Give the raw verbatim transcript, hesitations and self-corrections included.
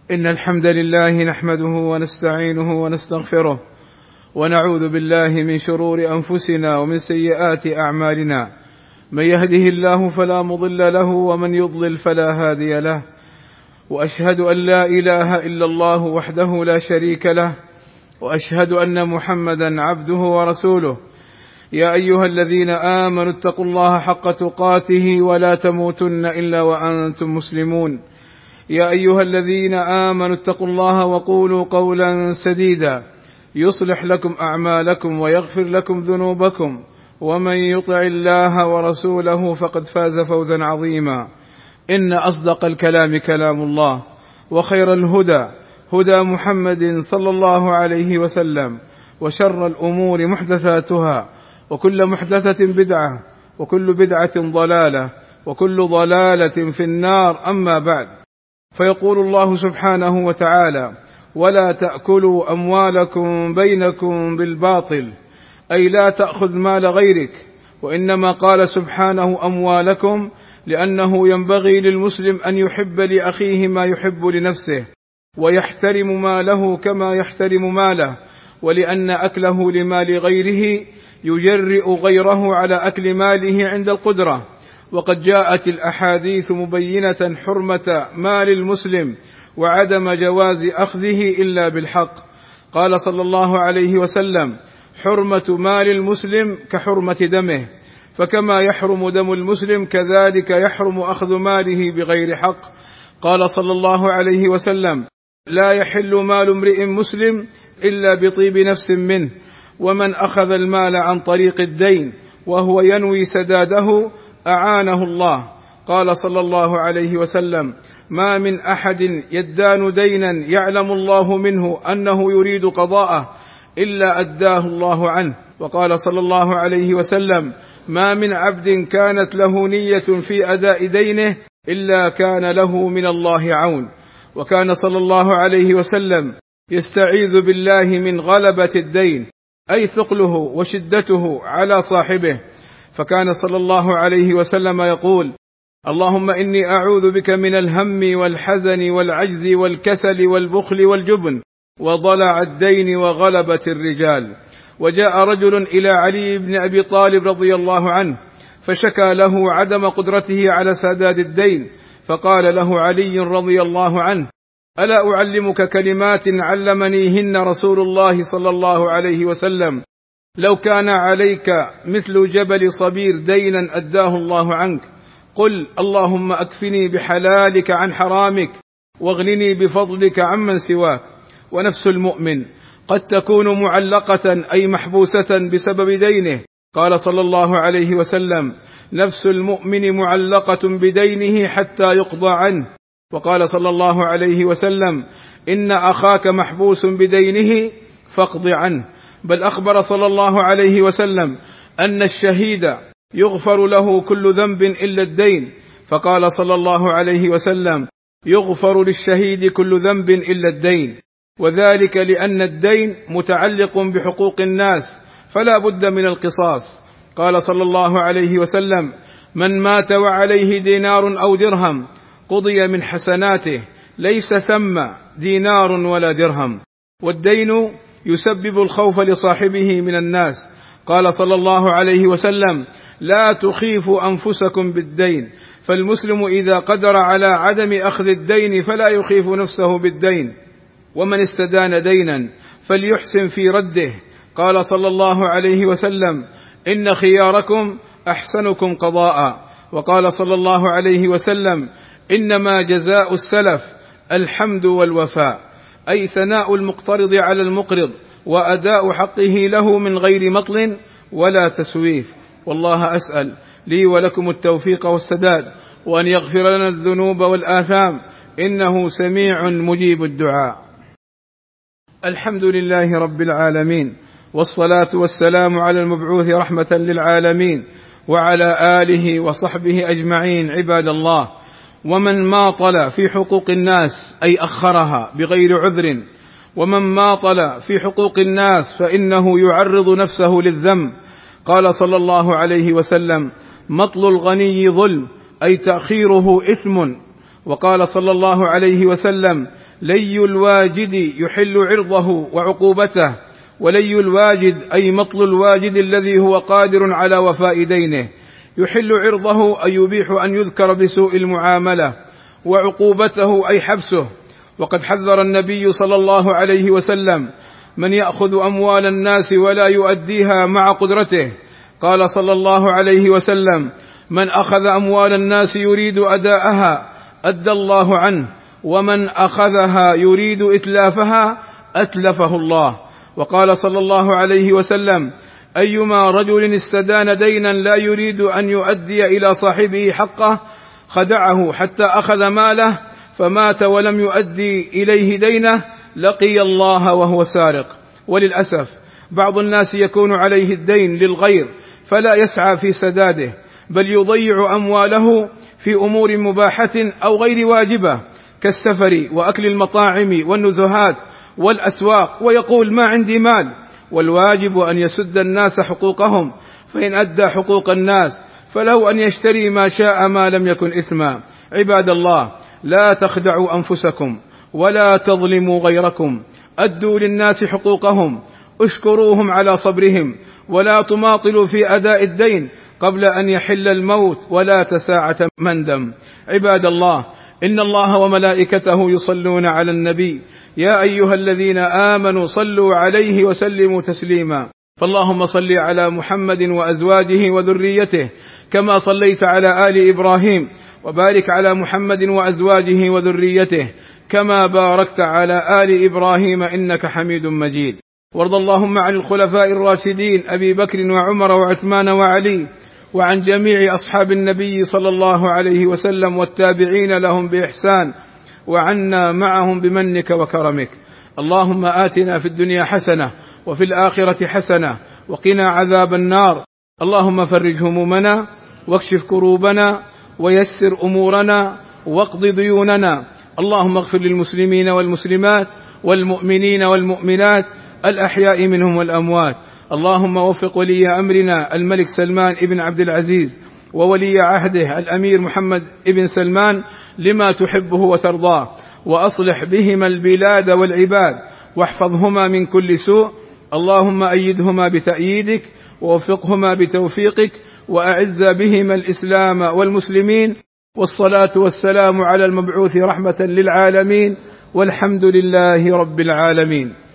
إن الحمد لله نحمده ونستعينه ونستغفره ونعوذ بالله من شرور أنفسنا ومن سيئات أعمالنا. من يهده الله فلا مضل له ومن يضلل فلا هادي له، وأشهد أن لا إله إلا الله وحده لا شريك له، وأشهد أن محمدا عبده ورسوله. يا أيها الذين آمنوا اتقوا الله حق تقاته ولا تموتن إلا وأنتم مسلمون. يا أيها الذين آمنوا اتقوا الله وقولوا قولا سديدا يصلح لكم أعمالكم ويغفر لكم ذنوبكم، ومن يطع الله ورسوله فقد فاز فوزا عظيما. إن أصدق الكلام كلام الله، وخير الهدى هدى محمد صلى الله عليه وسلم، وشر الأمور محدثاتها، وكل محدثة بدعة، وكل بدعة ضلالة، وكل ضلالة في النار. أما بعد، فيقول الله سبحانه وتعالى: ولا تأكلوا أموالكم بينكم بالباطل، أي لا تأخذ مال غيرك، وإنما قال سبحانه أموالكم لأنه ينبغي للمسلم أن يحب لأخيه ما يحب لنفسه، ويحترم ماله كما يحترم ماله، ولأن أكله لمال غيره يجرئ غيره على أكل ماله عند القدرة. وقد جاءت الأحاديث مبينة حرمة مال المسلم وعدم جواز أخذه إلا بالحق. قال صلى الله عليه وسلم: حرمة مال المسلم كحرمة دمه، فكما يحرم دم المسلم كذلك يحرم أخذ ماله بغير حق. قال صلى الله عليه وسلم: لا يحل مال امرئ مسلم إلا بطيب نفس منه، ومن أخذ المال عن طريق الدين وهو ينوي سداده أعانه الله. قال صلى الله عليه وسلم: ما من أحد يدان دينا يعلم الله منه أنه يريد قضاءه إلا أداه الله عنه. وقال صلى الله عليه وسلم: ما من عبد كانت له نية في أداء دينه إلا كان له من الله عون. وكان صلى الله عليه وسلم يستعيذ بالله من غلبة الدين، أي ثقله وشدته على صاحبه، فكان صلى الله عليه وسلم يقول: اللهم إني أعوذ بك من الهم والحزن والعجز والكسل والبخل والجبن وضلع الدين وغلبة الرجال. وجاء رجل إلى علي بن أبي طالب رضي الله عنه فشكى له عدم قدرته على سداد الدين، فقال له علي رضي الله عنه: ألا أعلمك كلمات علمنيهن رسول الله صلى الله عليه وسلم؟ لو كان عليك مثل جبل صبير دينا أداه الله عنك، قل اللهم أكفني بحلالك عن حرامك، واغنني بفضلك عمن سواك. ونفس المؤمن قد تكون معلقة أي محبوسة بسبب دينه. قال صلى الله عليه وسلم: نفس المؤمن معلقة بدينه حتى يقضى عنه. وقال صلى الله عليه وسلم: إن أخاك محبوس بدينه فاقض عنه. بل أخبر صلى الله عليه وسلم أن الشهيد يغفر له كل ذنب إلا الدين، فقال صلى الله عليه وسلم: يغفر للشهيد كل ذنب إلا الدين، وذلك لأن الدين متعلق بحقوق الناس فلا بد من القصاص. قال صلى الله عليه وسلم: من مات وعليه دينار أو درهم قضي من حسناته، ليس ثم دينار ولا درهم. والدين يسبب الخوف لصاحبه من الناس. قال صلى الله عليه وسلم: لا تخيفوا أنفسكم بالدين، فالمسلم إذا قدر على عدم أخذ الدين فلا يخيف نفسه بالدين، ومن استدان دينا فليحسن في رده. قال صلى الله عليه وسلم: إن خياركم أحسنكم قضاء. وقال صلى الله عليه وسلم: إنما جزاء السلف الحمد والوفاء، أي ثناء المقترض على المقرض وأداء حقه له من غير مطل ولا تسويف. والله أسأل لي ولكم التوفيق والسداد، وأن يغفر لنا الذنوب والآثام، إنه سميع مجيب الدعاء. الحمد لله رب العالمين، والصلاة والسلام على المبعوث رحمة للعالمين، وعلى آله وصحبه أجمعين. عباد الله، ومن ماطل في حقوق الناس أي أخرها بغير عذر، ومن ماطل في حقوق الناس فإنه يعرض نفسه للذنب. قال صلى الله عليه وسلم: مطل الغني ظلم، أي تأخيره إثم. وقال صلى الله عليه وسلم: لي الواجد يحل عرضه وعقوبته، ولي الواجد أي مطل الواجد الذي هو قادر على وفاء دينه، يحل عرضه أي يبيح أن يذكر بسوء المعاملة، وعقوبته أي حبسه. وقد حذر النبي صلى الله عليه وسلم من يأخذ أموال الناس ولا يؤديها مع قدرته، قال صلى الله عليه وسلم: من أخذ أموال الناس يريد أداءها أدى الله عنه، ومن أخذها يريد إتلافها أتلفه الله. وقال صلى الله عليه وسلم: أيما رجل استدان دينا لا يريد أن يؤدي إلى صاحبه حقه خدعه حتى أخذ ماله فمات ولم يؤدي إليه دينه لقي الله وهو سارق. وللأسف بعض الناس يكون عليه الدين للغير فلا يسعى في سداده، بل يضيع أمواله في أمور مباحة أو غير واجبة كالسفر وأكل المطاعم والنزهات والأسواق، ويقول: ما عندي مال. والواجب أن يسد الناس حقوقهم، فإن أدى حقوق الناس فله أن يشتري ما شاء ما لم يكن إثما. عباد الله، لا تخدعوا أنفسكم ولا تظلموا غيركم، أدوا للناس حقوقهم، اشكروهم على صبرهم، ولا تماطلوا في أداء الدين قبل أن يحل الموت ولا تساعة مندم. عباد الله، إن الله وملائكته يصلون على النبي، يا أيها الذين آمنوا صلوا عليه وسلموا تسليما. فاللهم صل على محمد وأزواجه وذريته كما صليت على آل إبراهيم، وبارك على محمد وأزواجه وذريته كما باركت على آل إبراهيم إنك حميد مجيد. وارض اللهم عن الخلفاء الراشدين أبي بكر وعمر وعثمان وعلي، وعن جميع أصحاب النبي صلى الله عليه وسلم والتابعين لهم بإحسان، وعنا معهم بمنك وكرمك. اللهم آتنا في الدنيا حسنة وفي الآخرة حسنة وقنا عذاب النار. اللهم فرج همومنا واكشف كروبنا ويسر أمورنا واقض ديوننا. اللهم اغفر للمسلمين والمسلمات والمؤمنين والمؤمنات الأحياء منهم والأموات. اللهم وفق ولي أمرنا الملك سلمان ابن عبد العزيز وولي عهده الأمير محمد ابن سلمان لما تحبه وترضاه، وأصلح بهما البلاد والعباد، واحفظهما من كل سوء. اللهم أيدهما بتأييدك ووفقهما بتوفيقك، وأعز بهما الإسلام والمسلمين. والصلاة والسلام على المبعوث رحمة للعالمين، والحمد لله رب العالمين.